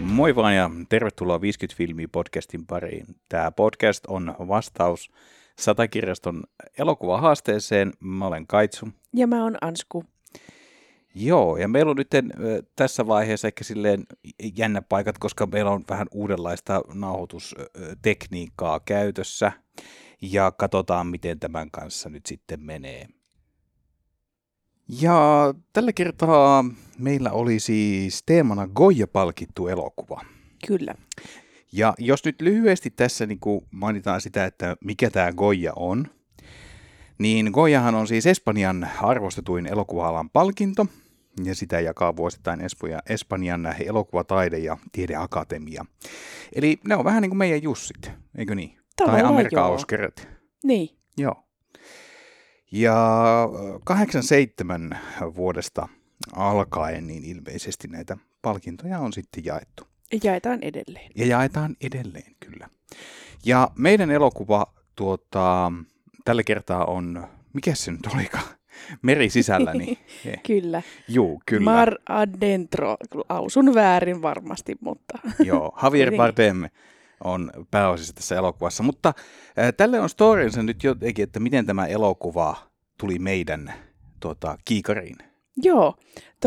Moi vaan ja tervetuloa 50 filmiä podcastin pariin. Tämä podcast on vastaus Satakirjaston elokuvahaasteeseen. Mä olen Kaitsu. Ja mä oon Ansku. Joo, ja meillä on nyt tässä vaiheessa ehkä silleen jännä paikat, koska meillä on vähän uudenlaista nauhoitustekniikkaa käytössä. Ja katsotaan, miten tämän kanssa nyt sitten menee. Ja tällä kertaa meillä oli siis teemana Goya-palkittu elokuva. Kyllä. Ja jos nyt lyhyesti tässä niin kuin mainitaan sitä, että mikä tämä Goya on, niin Goyahan on siis Espanjan arvostetuin elokuva-alan palkinto, ja sitä jakaa vuosittain Espanjan elokuvataide- ja tiedeakatemia. Eli ne on vähän niin kuin meidän Jussit, eikö niin? Tavallaan tai Amerikan joo. Oscarit. Niin. Joo. Ja 87 vuodesta alkaen niin ilmeisesti näitä palkintoja on sitten jaettu. Jaetaan edelleen. Ja jaetaan edelleen, kyllä. Ja meidän elokuva tällä kertaa on, mikä se nyt olikaan? Meri sisällä. Niin. Kyllä. Juu, kyllä. Mar Adentro, lausun väärin varmasti, mutta... Joo, Javier Bardem on pääosissa tässä elokuvassa, mutta tälle on storinsa nyt jotenkin, että miten tämä elokuva tuli meidän kiikariin. Joo,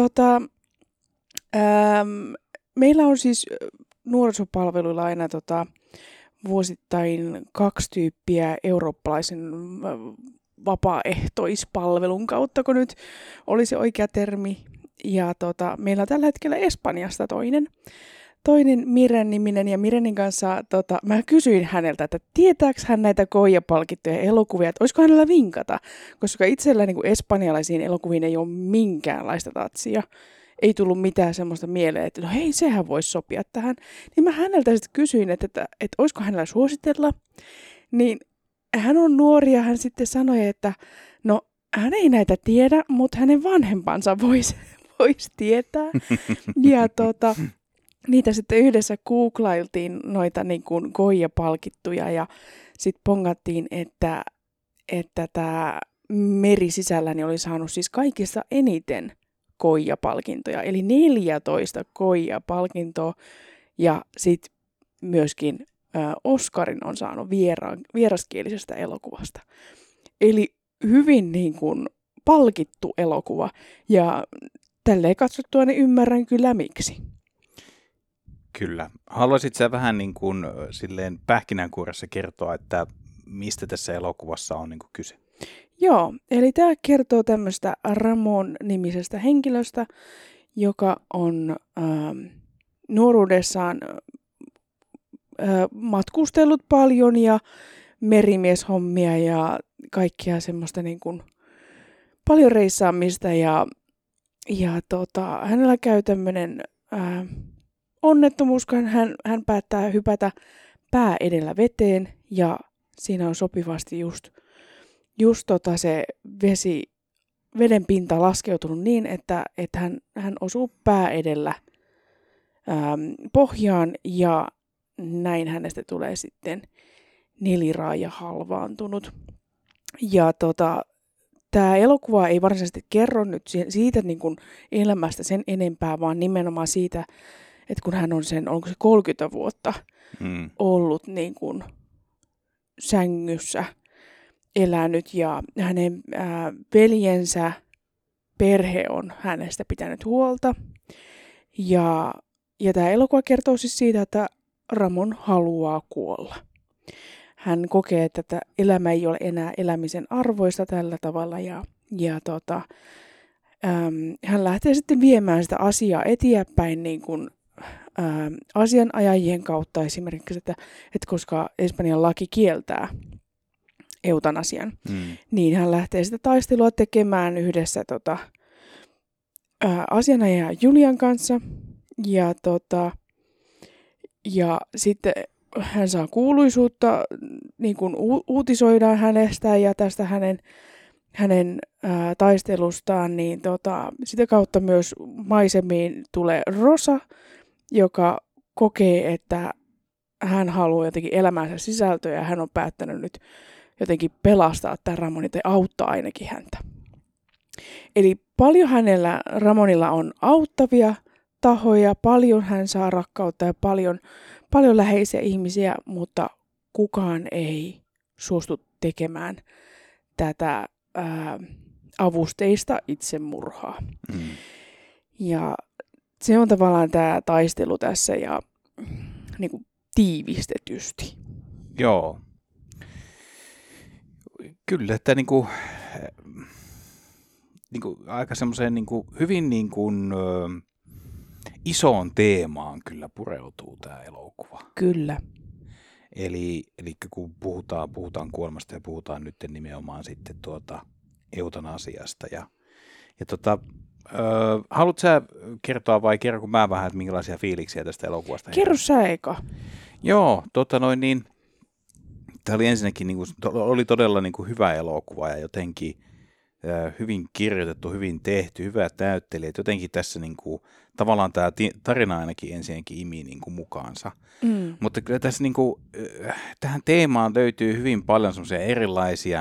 meillä on siis nuorisopalveluilla aina vuosittain 2 tyyppiä eurooppalaisen vapaaehtoispalvelun kautta, kun nyt olisi oikea termi. Ja meillä on tällä hetkellä Espanjasta toinen Miren-niminen, ja Mirenin kanssa mä kysyin häneltä, että tietääkö hän näitä Goya-palkittuja elokuvia, että olisiko hänellä vinkata, koska itsellä niin kuin espanjalaisiin elokuviin ei ole minkäänlaista tatsia. Ei tullut mitään semmoista mieleen, että no hei, sehän voisi sopia tähän. Niin mä häneltä sitten kysyin, että olisiko hänellä suositella. Niin hän on nuori ja hän sitten sanoi, että no hän ei näitä tiedä, mutta hänen vanhempansa voisi tietää. Ja niitä sitten yhdessä googlailtiin noita niin kuin Goya-palkittuja ja sitten pongattiin, että tämä Meri sisälläni oli saanut siis kaikista eniten Goya-palkintoja, eli 14 Goya-palkintoa, ja sitten myöskin Oscarin on saanut vieraskielisestä elokuvasta. Eli hyvin niin kuin palkittu elokuva, ja tälleen katsottua niin ymmärrän kyllä miksi. Kyllä. Haluaisit sä vähän niin kuin silleen pähkinänkuoressa kertoa, että mistä tässä elokuvassa on niin kuin kyse? Joo, eli tämä kertoo tämmöistä Ramon-nimisestä henkilöstä, joka on nuoruudessaan matkustellut paljon ja merimieshommia ja kaikkia semmoista niin kuin paljon reissaamista ja hänellä käy tämmöinen onnettomuus, kun hän päättää hypätä pää edellä veteen ja siinä on sopivasti just se veden pinta laskeutunut niin, että hän osuu pää edellä pohjaan ja näin hänestä tulee sitten neliraaja halvaantunut. Ja tämä elokuva ei varsinaisesti kerro nyt siitä niin kuin elämästä sen enempää, vaan nimenomaan siitä, että kun hän on onko se 30 vuotta ollut niin kuin sängyssä elänyt ja hänen veljensä perhe on hänestä pitänyt huolta. Ja tämä elokuva kertoo siis siitä, että Ramon haluaa kuolla. Hän kokee, että elämä ei ole enää elämisen arvoista tällä tavalla ja hän lähtee sitten viemään sitä asiaa eteenpäin niin kuin asianajajien kautta esimerkiksi, että koska Espanjan laki kieltää eutanasian, niin hän lähtee sitä taistelua tekemään yhdessä asianajaja Julian kanssa ja sitten hän saa kuuluisuutta, niin kuin uutisoidaan hänestä ja tästä hänen taistelustaan, niin sitä kautta myös maisemiin tulee Rosa, joka kokee, että hän haluaa jotenkin elämänsä sisältöä ja hän on päättänyt nyt jotenkin pelastaa tämän Ramonin tai auttaa ainakin häntä. Eli paljon Ramonilla on auttavia tahoja, paljon hän saa rakkautta ja paljon läheisiä ihmisiä, mutta kukaan ei suostu tekemään tätä avusteista itsemurhaa. Ja se on tavallaan tämä taistelu tässä ja niin kuin tiivistetysti. Joo. Kyllä, että niinku aika semmoiseen hyvin isoon teemaan kyllä pureutuu tämä elokuva. Kyllä. Eli kun puhutaan kuolemasta ja puhutaan nyt nimenomaan sitten eutanasiasta. Haluatko sä kertoa vai kerro mä vähän, että minkälaisia fiiliksiä tästä elokuvasta? Kerro sä eka. Joo, tämä oli ensinnäkin oli todella hyvä elokuva ja jotenkin hyvin kirjoitettu, hyvin tehty, hyvät näyttelijät. Jotenkin tässä tavallaan tämä tarina ainakin ensinnäkin imi mukaansa. Mutta kyllä tässä tähän teemaan löytyy hyvin paljon semmoisia erilaisia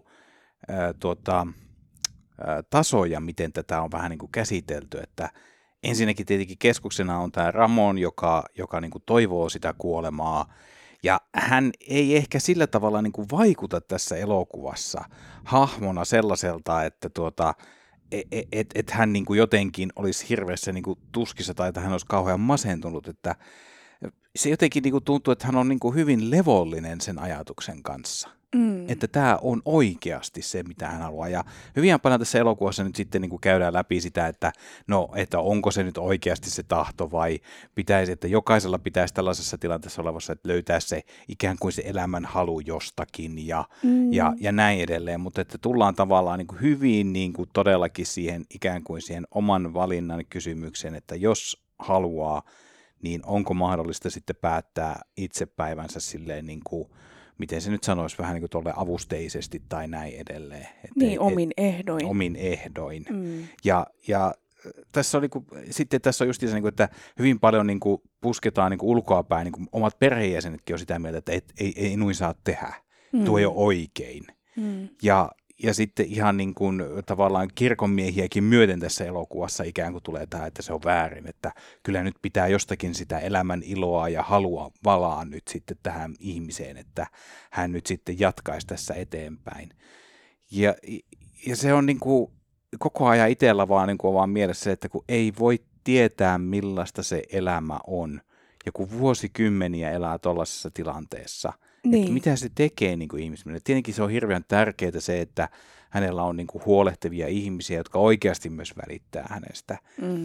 tasoja, miten tätä on vähän käsitelty. Että ensinnäkin tietenkin keskuksena on tämä Ramon, joka toivoo sitä kuolemaa. Ja hän ei ehkä sillä tavalla vaikuta tässä elokuvassa hahmona sellaiselta, että et hän jotenkin olisi hirveässä tuskissa tai että hän olisi kauhean masentunut. Että se jotenkin tuntuu, että hän on hyvin levollinen sen ajatuksen kanssa. Että tämä on oikeasti se, mitä hän haluaa. Ja hyvin paljon tässä elokuvassa nyt sitten käydään läpi sitä, että onko se nyt oikeasti se tahto vai että jokaisella pitäisi tällaisessa tilanteessa olevassa, että löytää se ikään kuin se elämän halu jostakin ja näin edelleen. Mutta että tullaan tavallaan hyvin todellakin siihen ikään kuin siihen oman valinnan kysymykseen, että jos haluaa, niin onko mahdollista sitten päättää itse päivänsä silleen miten se nyt sanoisi, vähän tuolle avusteisesti tai näin edelleen. Omin ehdoin. Omin ehdoin. Ja tässä on just se, että hyvin paljon pusketaan ulkoapäin, omat perheenjäsenetkin on sitä mieltä, että ei noin saa tehdä. Tuo ei ole oikein. Ja sitten ihan tavallaan kirkonmiehiäkin myöten tässä elokuvassa ikään kuin tulee tämä, että se on väärin, että kyllä nyt pitää jostakin sitä elämän iloa ja halua valaa nyt sitten tähän ihmiseen, että hän nyt sitten jatkaisi tässä eteenpäin. Ja se on koko ajan itsellä vaan mielessä se, että kun ei voi tietää millaista se elämä on ja kun vuosikymmeniä elää tuollaisessa tilanteessa, että mitä se tekee ihmisille. Tietenkin se on hirveän tärkeää se, että hänellä on huolehtivia ihmisiä, jotka oikeasti myös välittää hänestä.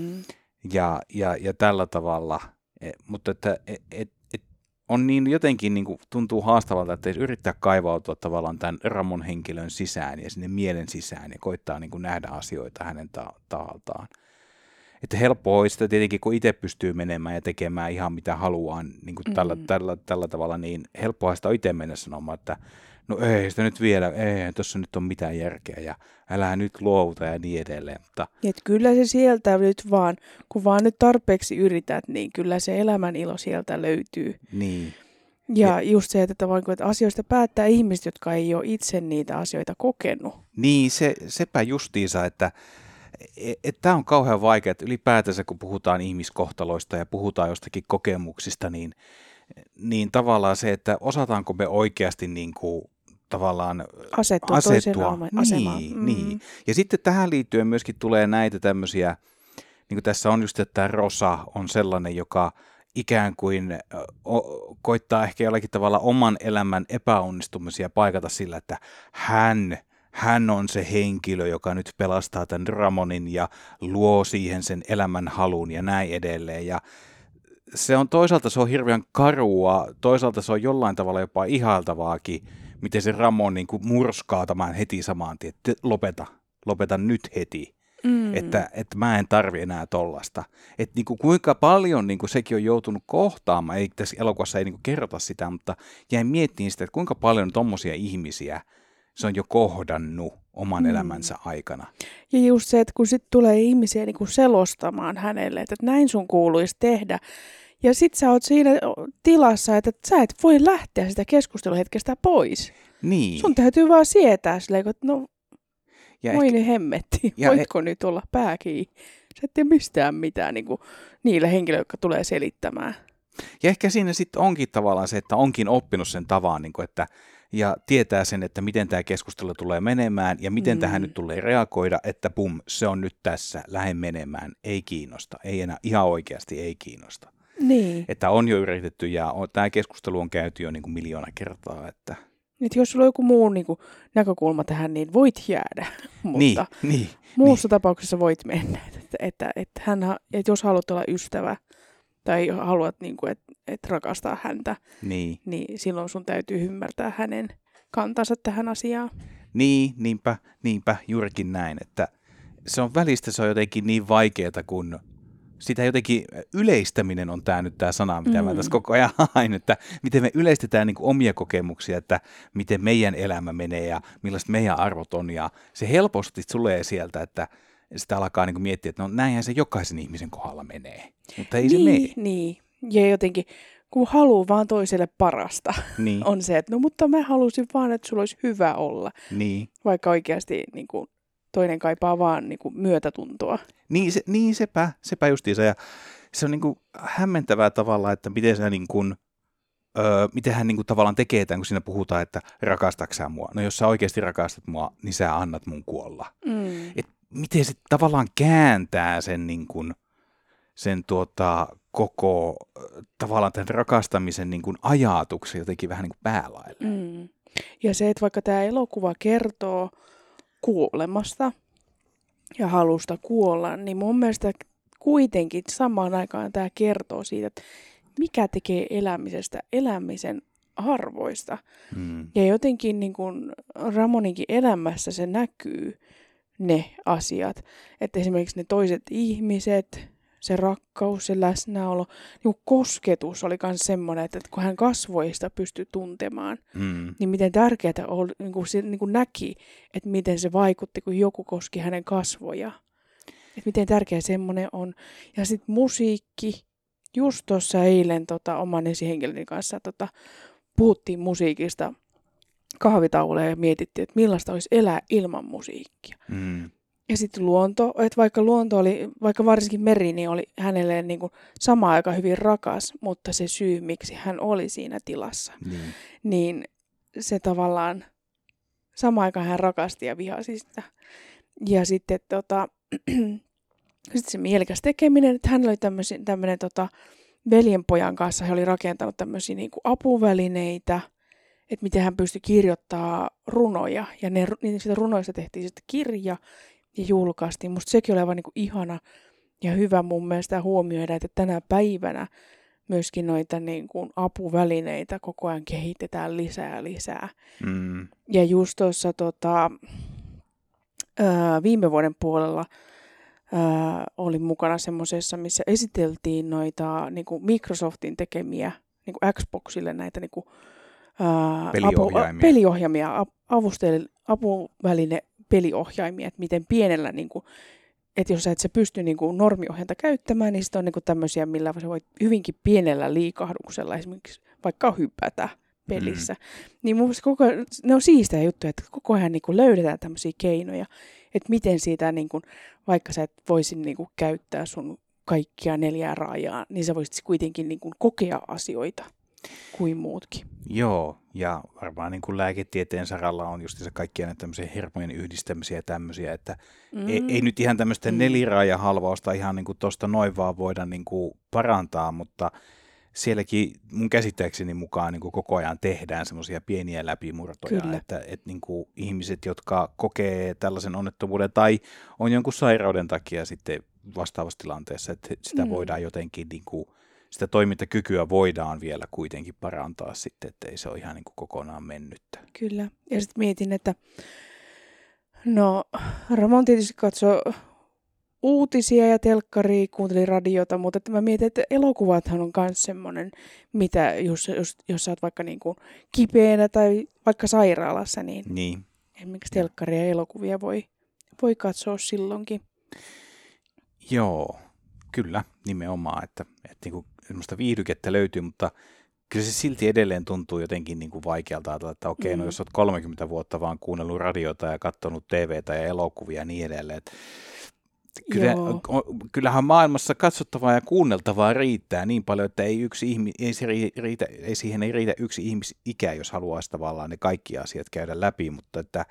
Ja tällä tavalla, mutta että on niin jotenkin tuntuu haastavalta, että yrittää kaivautua tavallaan tämän Ramon henkilön sisään ja sinne mielen sisään ja koittaa nähdä asioita hänen taholtaan. Että helppoa olisi sitä tietenkin, kun itse pystyy menemään ja tekemään ihan mitä haluaa tällä tavalla, niin helppoa sitä itse mennä sanomaan, että no ei sitä nyt vielä, ei tuossa nyt ole mitään järkeä ja älä nyt luovuta ja niin edelleen. Mutta et kyllä se sieltä nyt vaan, kun vaan nyt tarpeeksi yrität, niin kyllä se elämän ilo sieltä löytyy. Niin. Ja just se, että asioista päättää ihmiset, jotka ei ole itse niitä asioita kokenut. Niin, sepä justiinsa, että tämä on kauhean vaikea, että ylipäätänsä kun puhutaan ihmiskohtaloista ja puhutaan jostakin kokemuksista, niin tavallaan se, että osataanko me oikeasti tavallaan asettua toisen asemaan. Niin. Ja sitten tähän liittyen myöskin tulee näitä tämmöisiä, niin kuin tässä on just, että tämä Rosa on sellainen, joka ikään kuin koittaa ehkä jollakin tavalla oman elämän epäonnistumisia paikata sillä, että hän on se henkilö, joka nyt pelastaa tämän Ramonin ja luo siihen sen elämän halun ja näin edelleen. Ja se on toisaalta se on hirveän karua, toisaalta se on jollain tavalla jopa ihailtavaakin, miten se Ramon murskaa tämän heti samaan tien, että lopeta nyt heti. Että mä en tarvi enää tollasta. Että kuinka paljon sekin on joutunut kohtaamaan, ei tässä elokuvassa ei kerrota sitä, mutta jäin miettimään sitä, että kuinka paljon tommosia ihmisiä se on jo kohdannut oman elämänsä aikana. Ja just se, että kun sitten tulee ihmisiä selostamaan hänelle, että näin sun kuuluisi tehdä. Ja sit sä oot siinä tilassa, että sä et voi lähteä sitä keskusteluhetkestä pois. Niin. Sun täytyy vaan sietää silleen, että no, moi hemmetti, voitko nyt olla pää kiinni? Sä et tiedä mistään mitään niin kuin niille henkilöille, jotka tulee selittämään. Ja ehkä siinä sitten onkin tavallaan se, että onkin oppinut sen tavan, niin kuin, että, ja tietää sen, että miten tämä keskustelu tulee menemään ja miten tähän nyt tulee reagoida, että pum, se on nyt tässä, lähde menemään, ei kiinnosta, ei enää ihan oikeasti ei kiinnosta. Niin. Että on jo yritetty ja tämä keskustelu on käyty jo niin kuin 1 000 000 kertaa. Että... Nyt jos sulla on joku muu niin kuin, näkökulma tähän, niin voit jäädä, mutta muussa tapauksessa voit mennä. Että jos haluat olla ystävä tai haluat, niin kuin, että rakastaa häntä, niin silloin sun täytyy ymmärtää hänen kantansa tähän asiaan. Niinpä, juurikin näin. Että se on välistä, se on jotenkin niin vaikeaa, kun sitä jotenkin yleistäminen on tämä sana, mitä mä tässä koko ajan hain, että miten me yleistetään niin kuin omia kokemuksia, että miten meidän elämä menee ja millaiset meidän arvot on. Ja se helposti tulee sieltä, että sitä alkaa niin kuin miettiä, että no näinhän se jokaisen ihmisen kohdalla menee, mutta ei se mene. Niin, ja jotenkin kun haluaa vaan toiselle parasta, on se, että no mutta mä halusin vaan, että sulla olisi hyvä olla, vaikka oikeasti niin kuin toinen kaipaa vaan niin kuin myötätuntoa. Sepä justiinsa. Ja se on niin kuin hämmentävää tavalla, että miten hän niin kuin tavallaan tekee tämän, kun siinä puhutaan, että rakastatko sä mua? No jos sä oikeasti rakastat mua, niin sä annat mun kuolla. Et miten se tavallaan kääntää sen, niin kuin, sen koko tavallaan tämän rakastamisen niin kuin ajatuksen jotenkin vähän niin kuin päälaille. Ja se, että vaikka tämä elokuva kertoo kuolemasta ja halusta kuolla, niin mun mielestä kuitenkin samaan aikaan tämä kertoo siitä, että mikä tekee elämisestä elämisen arvoista. Ja jotenkin niin kuin Ramoninkin elämässä se näkyy ne asiat, että esimerkiksi ne toiset ihmiset, se rakkaus, se läsnäolo, niin kosketus oli myös semmoinen, että kun hän kasvoista pystyi tuntemaan, niin miten tärkeää oli, niin kuin näki, että miten se vaikutti, kun joku koski hänen kasvoja. Että miten tärkeä semmoinen on. Ja sitten musiikki. Just tuossa eilen oman esihenkilöni kanssa puhuttiin musiikista kahvitauolla ja mietittiin, että millaista olisi elää ilman musiikkia. Ja sitten luonto, että vaikka varsinkin meri, niin oli hänelle niin kuin samaan aikaan hyvin rakas, mutta se syy, miksi hän oli siinä tilassa, niin se tavallaan samaan aikaan hän rakasti ja vihasi sitä. Ja sitten sitten se mielekäs tekeminen, että hän oli tämmöinen veljenpojan kanssa, he oli rakentanut tämmöisiä niin kuin apuvälineitä, että miten hän pystyi kirjoittamaan runoja, ja niistä runoista tehtiin sitten kirja, ja julkaistiin. Musta sekin oli aivan niin kuin ihana ja hyvä mun mielestä huomioida, että tänä päivänä myöskin noita niin kuin apuvälineitä koko ajan kehitetään lisää. Ja just tuossa viime vuoden puolella olin mukana semmoisessa, missä esiteltiin noita niin kuin Microsoftin tekemiä niin kuin Xboxille näitä niin kuin, peliohjaimia, apuväline peliohjaimia, että miten pienellä, niin kuin, että jos et sä pysty niin kuin normiohjainta käyttämään, niin sitten on niin kuin tämmöisiä, millä sä voit hyvinkin pienellä liikahduksella esimerkiksi vaikka hypätä pelissä. Niin mun mielestä ne on siistejä juttuja, että koko ajan niin kuin löydetään tämmöisiä keinoja, että miten siitä, niin kuin, vaikka sä et voisi niin kuin käyttää sun kaikkia 4 raajaa, niin sä voisit kuitenkin niin kuin kokea asioita kuin muutkin. Joo, ja varmaan niin kuin lääketieteen saralla on just se kaikkia näitä tämmöisiä hermojen yhdistämisiä ja tämmöisiä, että ei nyt ihan tämmöistä 4-raajahalvausta ihan niin kuin tuosta noin vaan voida niin kuin parantaa, mutta sielläkin mun käsittääkseni mukaan niin kuin koko ajan tehdään semmoisia pieniä läpimurtoja, että niin kuin ihmiset, jotka kokee tällaisen onnettomuuden tai on jonkun sairauden takia sitten vastaavassa tilanteessa, että sitä voidaan jotenkin niin kuin sitä toimintakykyä voidaan vielä kuitenkin parantaa sitten, ettei se ole ihan niin kuin kokonaan mennyttä. Kyllä. Ja sitten mietin, että no Ramon tietysti katsoi uutisia ja telkkaria, kuunteli radiota, mutta että mä mietin, että elokuvathan on myös semmoinen, mitä jos sä oot vaikka niin kuin kipeänä tai vaikka sairaalassa, niin. Esimerkiksi telkkaria ja elokuvia voi katsoa silloinkin. Joo, kyllä, nimenomaan, että niin kuin semmoista viihdykettä löytyy, mutta kyllä se silti edelleen tuntuu jotenkin niin kuin vaikealta ajatella, että okei, no jos olet 30 vuotta vaan kuunnellut radiota ja katsonut TVtä ja elokuvia ja niin edelleen, Kyllähän maailmassa katsottavaa ja kuunneltavaa riittää niin paljon, että siihen ei riitä yksi ihmisikä, jos haluaisi tavallaan ne kaikki asiat käydä läpi, mutta että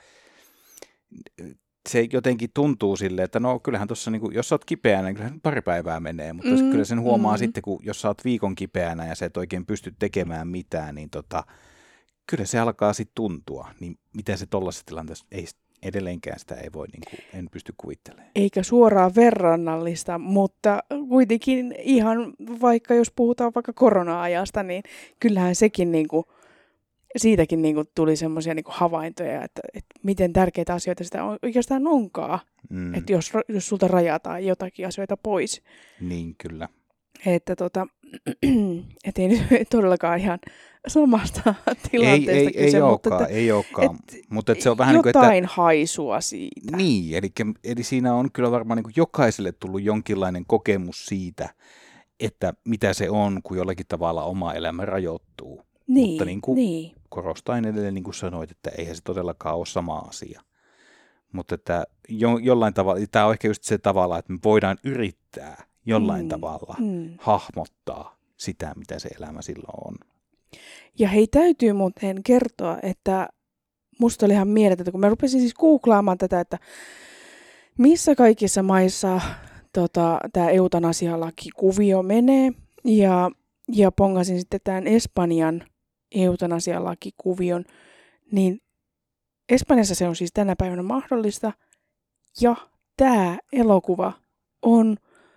se jotenkin tuntuu silleen, että no kyllähän tuossa, niin jos sä oot kipeänä, niin kyllähän pari päivää menee, mutta kyllä sen huomaa sitten, kun jos sä oot viikon kipeänä ja sä et oikein pysty tekemään mitään, niin kyllä se alkaa sitten tuntua. Niin miten se tollaisessa tilanteessa, ei edelleenkään sitä ei voi, niin kuin, en pysty kuvittelemaan. Eikä suoraan verrannallista, mutta kuitenkin ihan vaikka jos puhutaan vaikka korona-ajasta, niin kyllähän sekin niin kuin, siitäkin niin kuin tuli semmoisia niin kuin havaintoja, että miten tärkeitä asioita sitä oikeastaan onkaan, että jos sulta rajataan jotakin asioita pois. Niin, kyllä. Että et ei nyt todellakaan ihan samasta tilanteesta kyse. Ei olekaan. Mutta se on vähän jotain niin kuin, haisua siitä. Niin, eli siinä on kyllä varmaan niin kuin jokaiselle tullut jonkinlainen kokemus siitä, että mitä se on, kun jollakin tavalla oma elämä rajoittuu. Niin, mutta niin. Korostain edelleen, niin kuin sanoit, että eihän se todellakaan ole sama asia. Mutta että jollain tavalla, tämä on ehkä just se tavalla, että me voidaan yrittää jollain tavalla hahmottaa sitä, mitä se elämä silloin on. Ja hei, täytyy muuten kertoa, että musta oli ihan mieletöntä, kun mä rupesin siis googlaamaan tätä, että missä kaikissa maissa tämä eutanasialaki-kuvio menee. Ja pongasin sitten tämän Espanjan eutanasialaki-kuvion, niin Espanjassa se on siis tänä päivänä mahdollista. Ja tämä elokuva on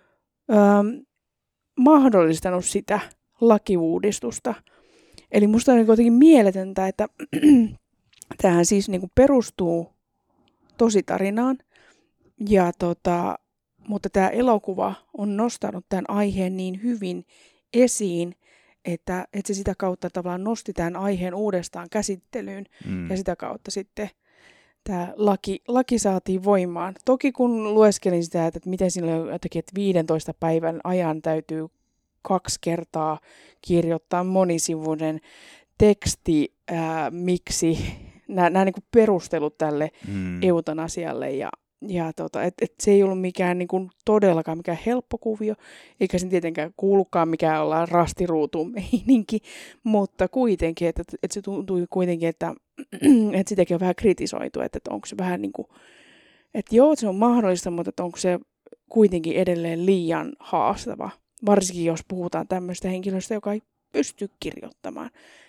mahdollistanut sitä lakiuudistusta. Eli musta on jotenkin mieletöntä, että tämähän siis niinku perustuu tositarinaan. Ja mutta tämä elokuva on nostanut tämän aiheen niin hyvin esiin, että se sitä kautta tavallaan nosti tämän aiheen uudestaan käsittelyyn. Ja sitä kautta sitten tämä laki saatiin voimaan. Toki kun lueskelin sitä, että miten sillä on jotenkin, että 15 päivän ajan täytyy 2 kertaa kirjoittaa monisivuinen teksti, miksi nämä niin kuin perustelut tälle eutanasialle että se ei ollut mikään niin kuin todellakaan mikään helppo kuvio, eikä sen tietenkään kuulukaan mikään olla rastiruutuun meininki, mutta kuitenkin, että se tuntui kuitenkin, että sitäkin on vähän kritisoitu, että onko se vähän niin kuin, että joo, se on mahdollista, mutta että onko se kuitenkin edelleen liian haastava, varsinkin jos puhutaan tämmöistä henkilöstä, joka ei pysty kirjoittamaan.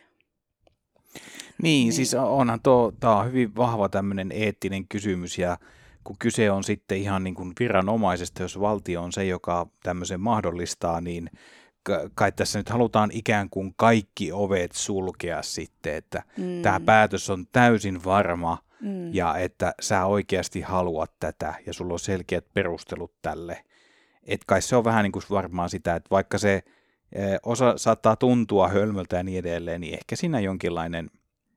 Niin, siis onhan tämä on hyvin vahva tämmöinen eettinen kysymys, ja kun kyse on sitten ihan niin kuin viranomaisesta, jos valtio on se, joka tämmöisen mahdollistaa, niin kai tässä nyt halutaan ikään kuin kaikki ovet sulkea sitten, että tämä päätös on täysin varma ja että sä oikeasti haluat tätä ja sulla on selkeät perustelut tälle. Et kai se on vähän niin kuin varmaan sitä, että vaikka se osa saattaa tuntua hölmöltä ja niin edelleen, niin ehkä siinä jonkinlainen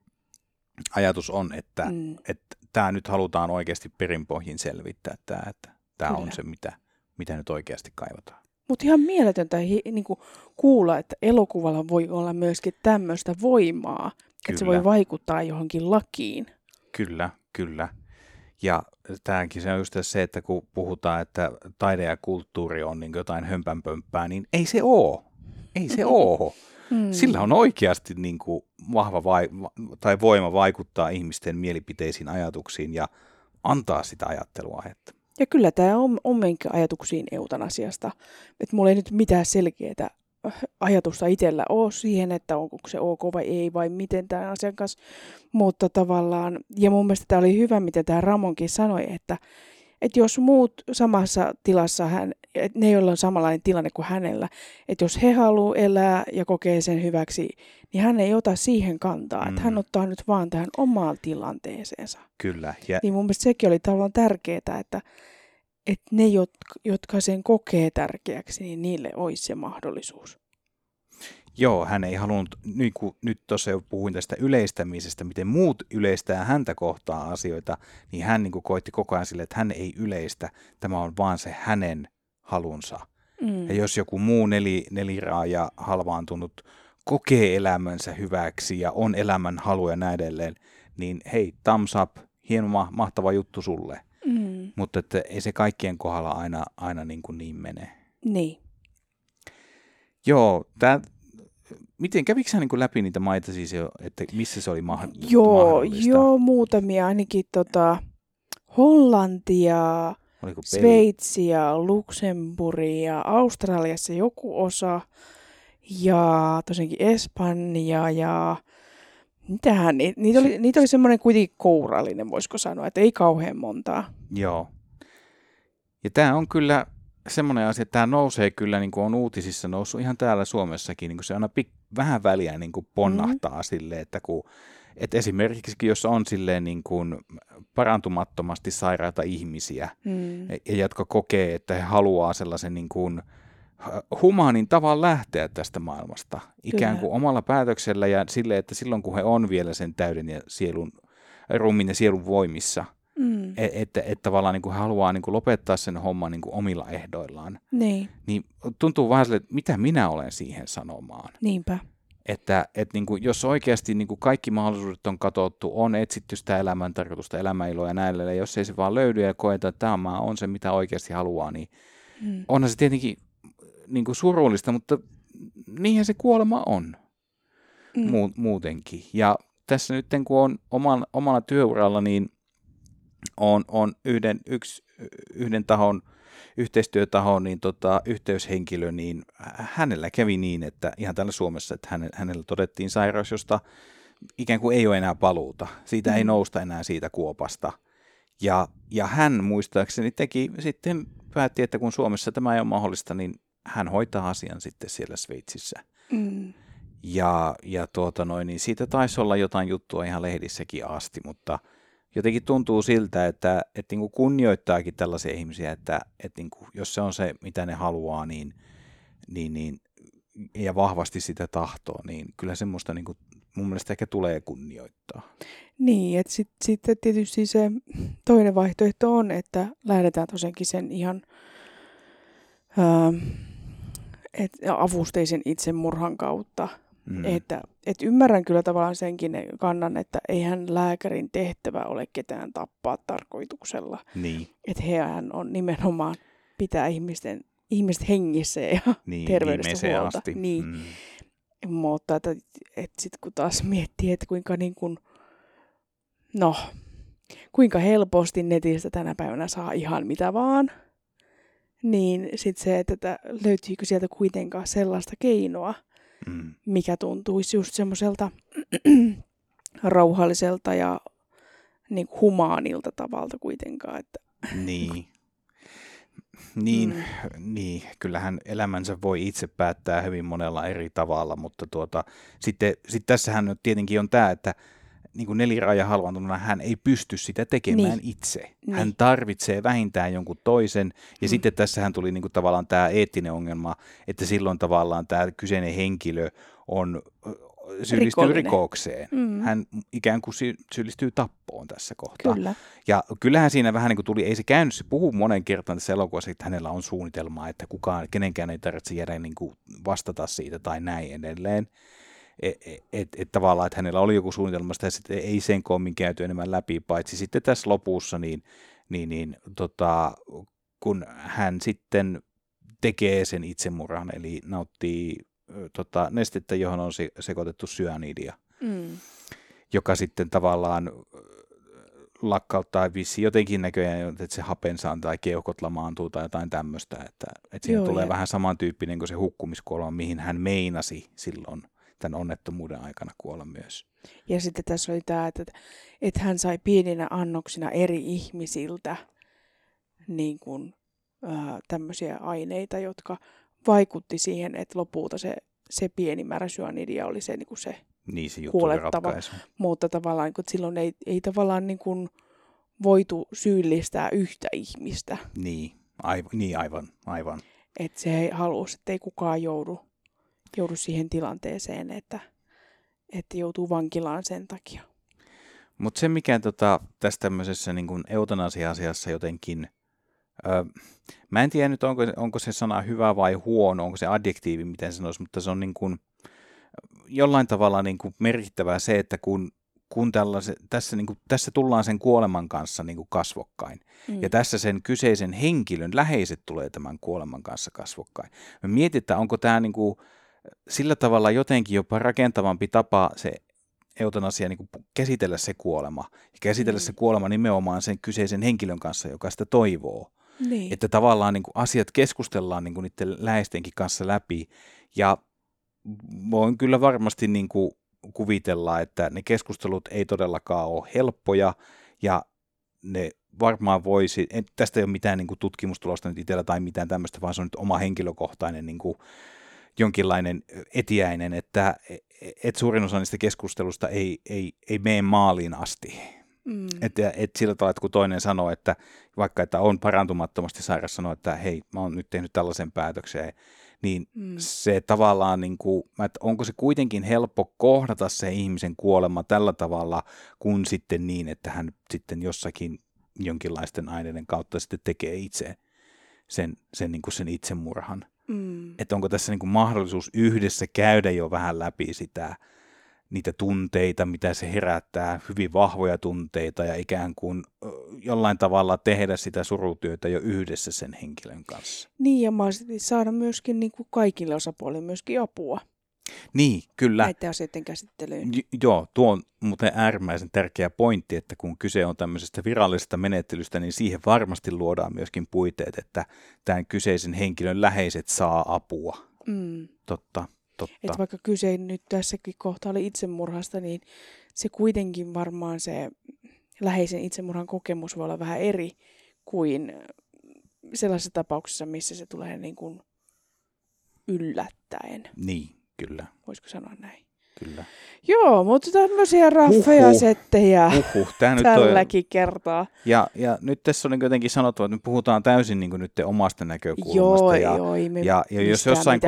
ajatus on, että tämä nyt halutaan oikeasti perinpohjin selvittää, että tämä on se, mitä nyt oikeasti kaivataan. Mutta ihan mieletöntä niinku kuulla, että elokuvalla voi olla myöskin tämmöistä voimaa, että se voi vaikuttaa johonkin lakiin. Kyllä. Ja tämäkin se on just se, että kun puhutaan, että taide ja kulttuuri on niin jotain hömpänpömppää, niin ei se ole. Ei se ole. Sillä on oikeasti niin kuin vahva tai voima vaikuttaa ihmisten mielipiteisiin, ajatuksiin ja antaa sitä ajatteluaihetta. Ja kyllä tämä on menkin ajatuksiin eutanasiasta. Että mulla ei nyt mitään selkeää ajatusta itsellä ole siihen, että onko se ok vai ei, vai miten tämän asian kanssa. Mutta tavallaan, ja mun mielestä tämä oli hyvä, mitä tämä Ramonkin sanoi, että jos muut samassa tilassa, ne joilla on samanlainen tilanne kuin hänellä, että jos he haluaa elää ja kokee sen hyväksi, niin hän ei ota siihen kantaa, että hän ottaa nyt vaan tähän omaan tilanteeseensa. Kyllä. Niin mun mielestä sekin oli tavallaan tärkeää, että ne, jotka sen kokee tärkeäksi, niin niille olisi se mahdollisuus. Joo, hän ei halunnut, niin kuin nyt tuossa jo puhuin tästä yleistämisestä, miten muut yleistää häntä kohtaa asioita, niin hän niin kuin koitti koko ajan sille, että hän ei yleistä, tämä on vaan se hänen halunsa. Ja jos joku muu neliraaja halvaantunut kokee elämänsä hyväksi ja on elämän halu ja näin edelleen, niin hei, thumbs up, hieno mahtava juttu sulle. Mutta että ei se kaikkien kohdalla aina niin mene. Niin. Joo, miten kävikö hän niin läpi niitä maita siis jo, että missä se oli mahdollista? Joo, muutamia ainakin Hollantia, Sveitsiä, Luxemburgia, Australiassa joku osa ja tosiaankin Espanja ja mitähän, niitä oli semmoinen kuitenkin kourallinen, voisiko sanoa, että ei kauhean montaa. Joo. Ja tämä on kyllä semmoinen asia, että tämä nousee kyllä, niin kuin on uutisissa noussut ihan täällä Suomessakin, niin kuin se aina vähän väliä niin kuin ponnahtaa silleen, että esimerkiksi jos on silleen niin kuin parantumattomasti sairaita ihmisiä, ja jotka kokee, että he haluaa sellaisen niin kuin humaanin tavan lähteä tästä maailmasta, ikään kuin omalla päätöksellä ja silleen, että silloin kun he on vielä sen täyden ja ruumiin ja sielun voimissa, että tavallaan niin kuin haluaa niin kuin lopettaa sen homman niin kuin omilla ehdoillaan. Niin tuntuu vähän sille, että mitä minä olen siihen sanomaan. Niinpä. Että niin kuin, jos oikeasti niin kuin kaikki mahdollisuudet on katsottu, on etsitty sitä elämän tarkoitusta, elämäiloa ja näille, ja jos ei se vaan löydy ja koeta, että tämä on se, mitä oikeasti haluaa, niin onhan se tietenkin niin kuin surullista, mutta niinhän se kuolema on muutenkin. Ja tässä nyt kun on omalla työuralla, niin on yhden tahon, yhteistyötahon niin yhteyshenkilö, niin hänellä kävi niin, että ihan täällä Suomessa, että hänellä todettiin sairaus, josta ikään kuin ei ole enää paluuta. Siitä ei nousta enää siitä kuopasta. Ja hän muistaakseni päätti, että kun Suomessa tämä ei ole mahdollista, niin hän hoitaa asian sitten siellä Sveitsissä. Ja niin siitä taisi olla jotain juttua ihan lehdissäkin asti, mutta jotenkin tuntuu siltä, että niin kuin kunnioittaakin tällaisia ihmisiä, että niin kuin, jos se on se, mitä ne haluaa, niin, ja vahvasti sitä tahtoo, niin kyllä semmoista niin kuin, mun mielestä ehkä tulee kunnioittaa. Niin, että sitten tietysti se toinen vaihtoehto on, että lähdetään tosiaankin sen ihan avusteisen itsemurhan kautta. Että ymmärrän kyllä tavallaan senkin kannan, että eihän lääkärin tehtävä ole ketään tappaa tarkoituksella. Niin. Että hehän on nimenomaan pitää ihmiset hengissä ja terveydestä huolta. Asti. Niin. Mutta että sitten kun taas miettii, että kuinka helposti netistä tänä päivänä saa ihan mitä vaan, niin sitten se, että löytyykö sieltä kuitenkaan sellaista keinoa, mikä tuntuisi just semmoiselta rauhalliselta ja niin humaanilta tavalta kuitenkaan. Että. Niin, kyllähän elämänsä voi itse päättää hyvin monella eri tavalla, mutta sitten tässähän tietenkin on tämä, että niin kuin neliraaja halvaantuneena hän ei pysty sitä tekemään itse. Hän tarvitsee vähintään jonkun toisen. Ja sitten tässähän tuli niin kuin tavallaan tämä eettinen ongelma, että silloin tavallaan tämä kyseinen henkilö on syyllistyy rikokseen. Hän ikään kuin syyllistyy tappoon tässä kohtaa. Kyllä. Ja kyllähän siinä vähän niin kuin tuli, ei se käynyt, se puhuu monen kertaan tässä elokuvassa, että hänellä on suunnitelmaa, että kenenkään ei tarvitse jäädä niin kuin vastata siitä tai näin edelleen. Että tavallaan, että hänellä oli joku suunnitelma, sitä sitten ei sen koommin käyty enemmän läpi, paitsi sitten tässä lopussa, kun hän sitten tekee sen itsemurhan, eli nauttii nestettä, johon on sekoitettu syanidia, joka sitten tavallaan lakkauttaa vissiin jotenkin näköjään, että se hapensaan tai keuhkot lamaantuu tai jotain tämmöistä, että siinä tulee vähän samantyyppinen kuin se hukkumiskuolema, mihin hän meinasi silloin tämän onnettomuuden aikana kuolla myös. Ja sitten tässä oli tämä, että hän sai pieninä annoksina eri ihmisiltä niin kuin, tämmöisiä aineita, jotka vaikutti siihen, että lopulta se pieni määrä syanidia oli se, niin kuin se kuolettava. Mutta tavallaan, että silloin ei tavallaan niin kuin voitu syyllistää yhtä ihmistä. Aivan. Että se halusi, että ei kukaan joudu siihen tilanteeseen, että joutuu vankilaan sen takia. Mutta se, mikä tässä tämmöisessä niin kuin eutanasia-asiassa jotenkin, mä en tiedä nyt, onko se sana hyvä vai huono, onko se adjektiivi, miten sanoisi, mutta se on niin kuin jollain tavalla niin kuin merkittävää se, että kun tässä tullaan sen kuoleman kanssa niin kuin kasvokkain. Ja tässä sen kyseisen henkilön läheiset tulee tämän kuoleman kanssa kasvokkain. Me mietitään, onko tämä niin kuin sillä tavalla jotenkin jopa rakentavampi tapa se eutanasia niin kuin käsitellä se kuolema. Ja käsitellä se kuolema nimenomaan sen kyseisen henkilön kanssa, joka sitä toivoo. Niin. Että tavallaan niin kuin asiat keskustellaan niin kuin niiden läheistenkin kanssa läpi. Ja voin kyllä varmasti niin kuin kuvitella, että ne keskustelut ei todellakaan ole helppoja ja ne varmaan voisi, tästä ei ole mitään niin kuin tutkimustulosta nyt itsellä tai mitään tämmöistä, vaan se on nyt oma henkilökohtainen niin kuin jonkinlainen etiäinen, että suurin osa niistä keskustelusta ei mene maaliin asti. Että sillä tavalla, että kun toinen sanoo, että vaikka että on parantumattomasti sairas, sanoo, että hei, mä oon nyt tehnyt tällaisen päätöksen, niin se tavallaan, niin kuin, että onko se kuitenkin helppo kohdata se ihmisen kuolema tällä tavalla, kun sitten niin, että hän sitten jossakin jonkinlaisten aineiden kautta sitten tekee itse sen itsemurhan. Että onko tässä niin kuin mahdollisuus yhdessä käydä jo vähän läpi niitä tunteita, mitä se herättää, hyvin vahvoja tunteita ja ikään kuin jollain tavalla tehdä sitä surutyötä jo yhdessä sen henkilön kanssa. Niin, ja mahdollisesti saada myöskin niin kuin kaikille osapuolille myöskin apua. Niin, kyllä. Näiden asioiden käsittelyyn. Joo, tuo on muuten äärimmäisen tärkeä pointti, että kun kyse on tämmöisestä virallisesta menettelystä, niin siihen varmasti luodaan myöskin puitteet, että tämän kyseisen henkilön läheiset saa apua. Totta. Että vaikka kyse nyt tässäkin kohtaa oli itsemurhasta, niin se kuitenkin varmaan se läheisen itsemurhan kokemus voi olla vähän eri kuin sellaisessa tapauksessa, missä se tulee niin kuin yllättäen. Niin, kyllä. Voisiko sanoa näin? Kyllä. Joo, mutta tämmöisiä raffeja settejä tälläkin kertaa. Ja nyt tässä on niin jotenkin sanottu, että me puhutaan täysin niin nyt omasta näkökulmasta. Ja jos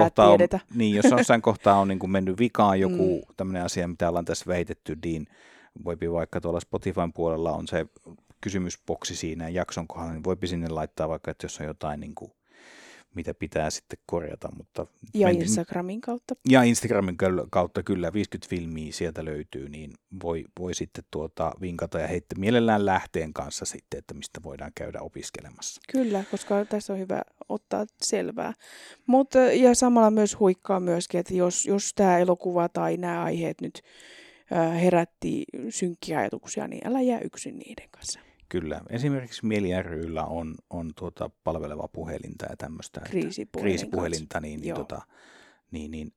jossain kohtaa on niin kuin mennyt vikaan joku tämmöinen asia, mitä ollaan tässä väitetty, niin voipi vaikka tuolla Spotifyn puolella on se kysymysboksi siinä jakson kohdalla, niin voipi sinne laittaa vaikka, että jos on jotain niin kuin mitä pitää sitten korjata. Mutta Instagramin kautta. Ja Instagramin kautta kyllä, 50 filmiä sieltä löytyy, niin voi sitten vinkata ja heittää mielellään lähteen kanssa sitten, että mistä voidaan käydä opiskelemassa. Kyllä, koska tässä on hyvä ottaa selvää. Mutta ja samalla myös huikkaa myöskin, että jos tämä elokuva tai nämä aiheet nyt herätti synkkiä ajatuksia, niin älä jää yksin niiden kanssa. Kyllä. Esimerkiksi Mieli ry:llä on palveleva puhelinta ja tämmöistä kriisipuhelinta, niin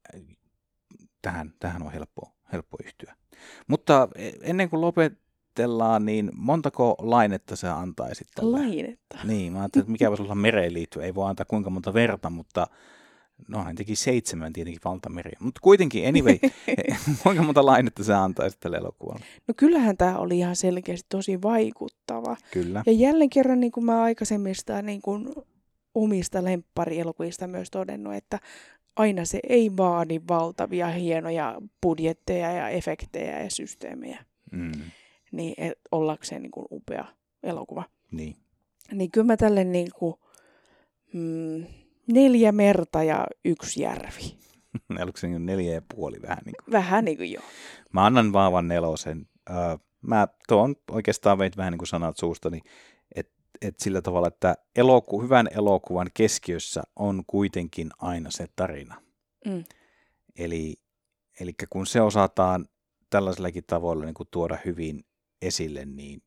tähän on helppo yhtyä. Mutta ennen kuin lopetellaan, niin montako lainetta sä antaisit tälle? Lainetta? Niin, mä ajattelin, että mikä voisi olla mereen liittyen. Ei voi antaa kuinka monta verta, mutta hän teki 7 tietenkin valtameriä. Mutta kuitenkin, anyway, kuinka monta lainetta sä antaisit tälle elokuvalle? No kyllähän tämä oli ihan selkeästi tosi vaikuttava. Kyllä. Ja jälleen kerran, niin kuin mä aikaisemmista niin kuin omista lempparielokuvista myös todennut, että aina se ei vaadi valtavia, hienoja budjetteja ja efektejä ja systeemejä. Niin ollakseen niin kuin upea elokuva. Niin kyllä mä tälle niin kuin 4 merta ja 1 järvi. Oliko se 4,5 vähän niin kuin? Vähän niin kuin joo. Mä annan vaavan 4. Mä tuon oikeastaan veit vähän niin kuin sanat suustani, että sillä tavalla, että hyvän elokuvan keskiössä on kuitenkin aina se tarina. Eli kun se osataan tällaisellakin tavoilla niin kuin tuoda hyvin esille, niin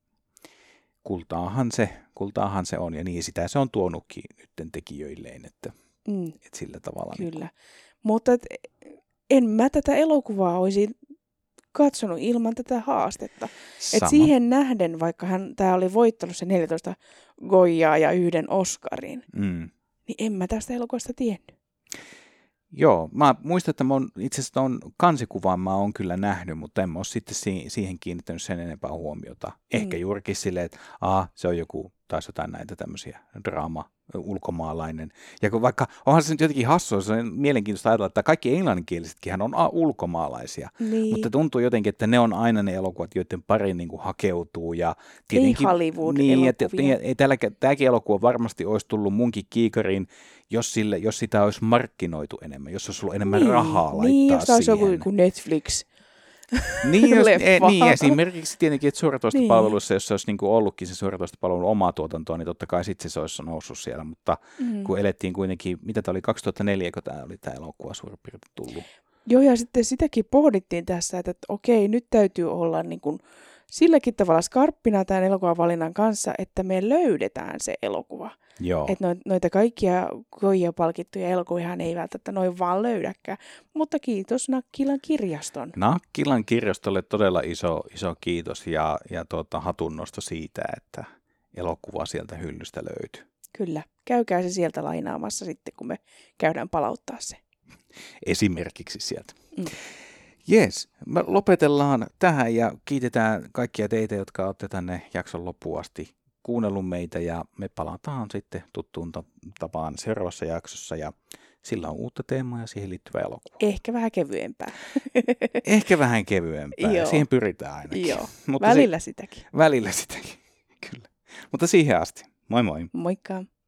kultaahan se on, ja niin sitä se on tuonutkin nytten tekijöilleen, että sillä tavalla. Kyllä, niin mutta en mä tätä elokuvaa olisi katsonut ilman tätä haastetta. Et siihen nähden, vaikka tämä oli voittanut se 14 Goyaa ja 1 Oscarin, niin en mä tästä elokuvasta tiennyt. Joo, mä muistan, että itse asiassa kansikuvaan mä oon kyllä nähnyt, mutta en mä ole sitten siihen kiinnittänyt sen enempää huomiota. Ehkä juurikin silleen, että se on taas jotain näitä tämmöisiä ulkomaalainen. Ja kun vaikka onhan se nyt jotenkin hassua, se on mielenkiintoista ajatella, että kaikki englanninkielisetkin on ulkomaalaisia. Niin. Mutta tuntuu jotenkin, että ne on aina ne elokuvat, joiden pariin niin kuin hakeutuu. Ja ei Hollywood-elokuvia. Tämäkin elokuva varmasti olisi tullut munkin kiikariin, jos sitä olisi markkinoitu enemmän, jos olisi ollut enemmän rahaa laittaa niin, jos siihen. olisi joku Netflix leffaa. Niin, esimerkiksi tietenkin, että suoratoistopalveluissa, jos se olisi niin kuin ollutkin se suoratoistopalvelun omaa tuotantoa, niin totta kai sitten se olisi noussut siellä, mutta kun elettiin kuitenkin, mitä tämä oli, 2004, kun tämä oli tämä elokuva suurin piirtein tullut. Joo, ja sitten sitäkin pohdittiin tässä, että okei, nyt täytyy olla niin kuin silläkin tavalla skarppina tämän elokuvan valinnan kanssa, että me löydetään se elokuva. Joo. Että noita kaikkia Goya palkittuja elokuvia ei välttämättä noin vaan löydäkään. Mutta kiitos Nakkilan kirjaston. Nakkilan kirjastolle todella iso kiitos ja hatunnosto siitä, että elokuva sieltä hyllystä löytyy. Kyllä, käykää se sieltä lainaamassa sitten, kun me käydään palauttaa se. Esimerkiksi sieltä. Jes, me lopetellaan tähän ja kiitetään kaikkia teitä, jotka olette tänne jakson loppuun asti kuunnellut meitä ja me palataan sitten tuttuun tapaan seuraavassa jaksossa ja sillä on uutta teemaa ja siihen liittyvä elokuva. Ehkä vähän kevyempää. Ehkä vähän kevyempää. Joo. Siihen pyritään ainakin. Joo, Mutta välillä sitäkin. Välillä sitäkin, kyllä. Mutta siihen asti. Moi moi. Moikka.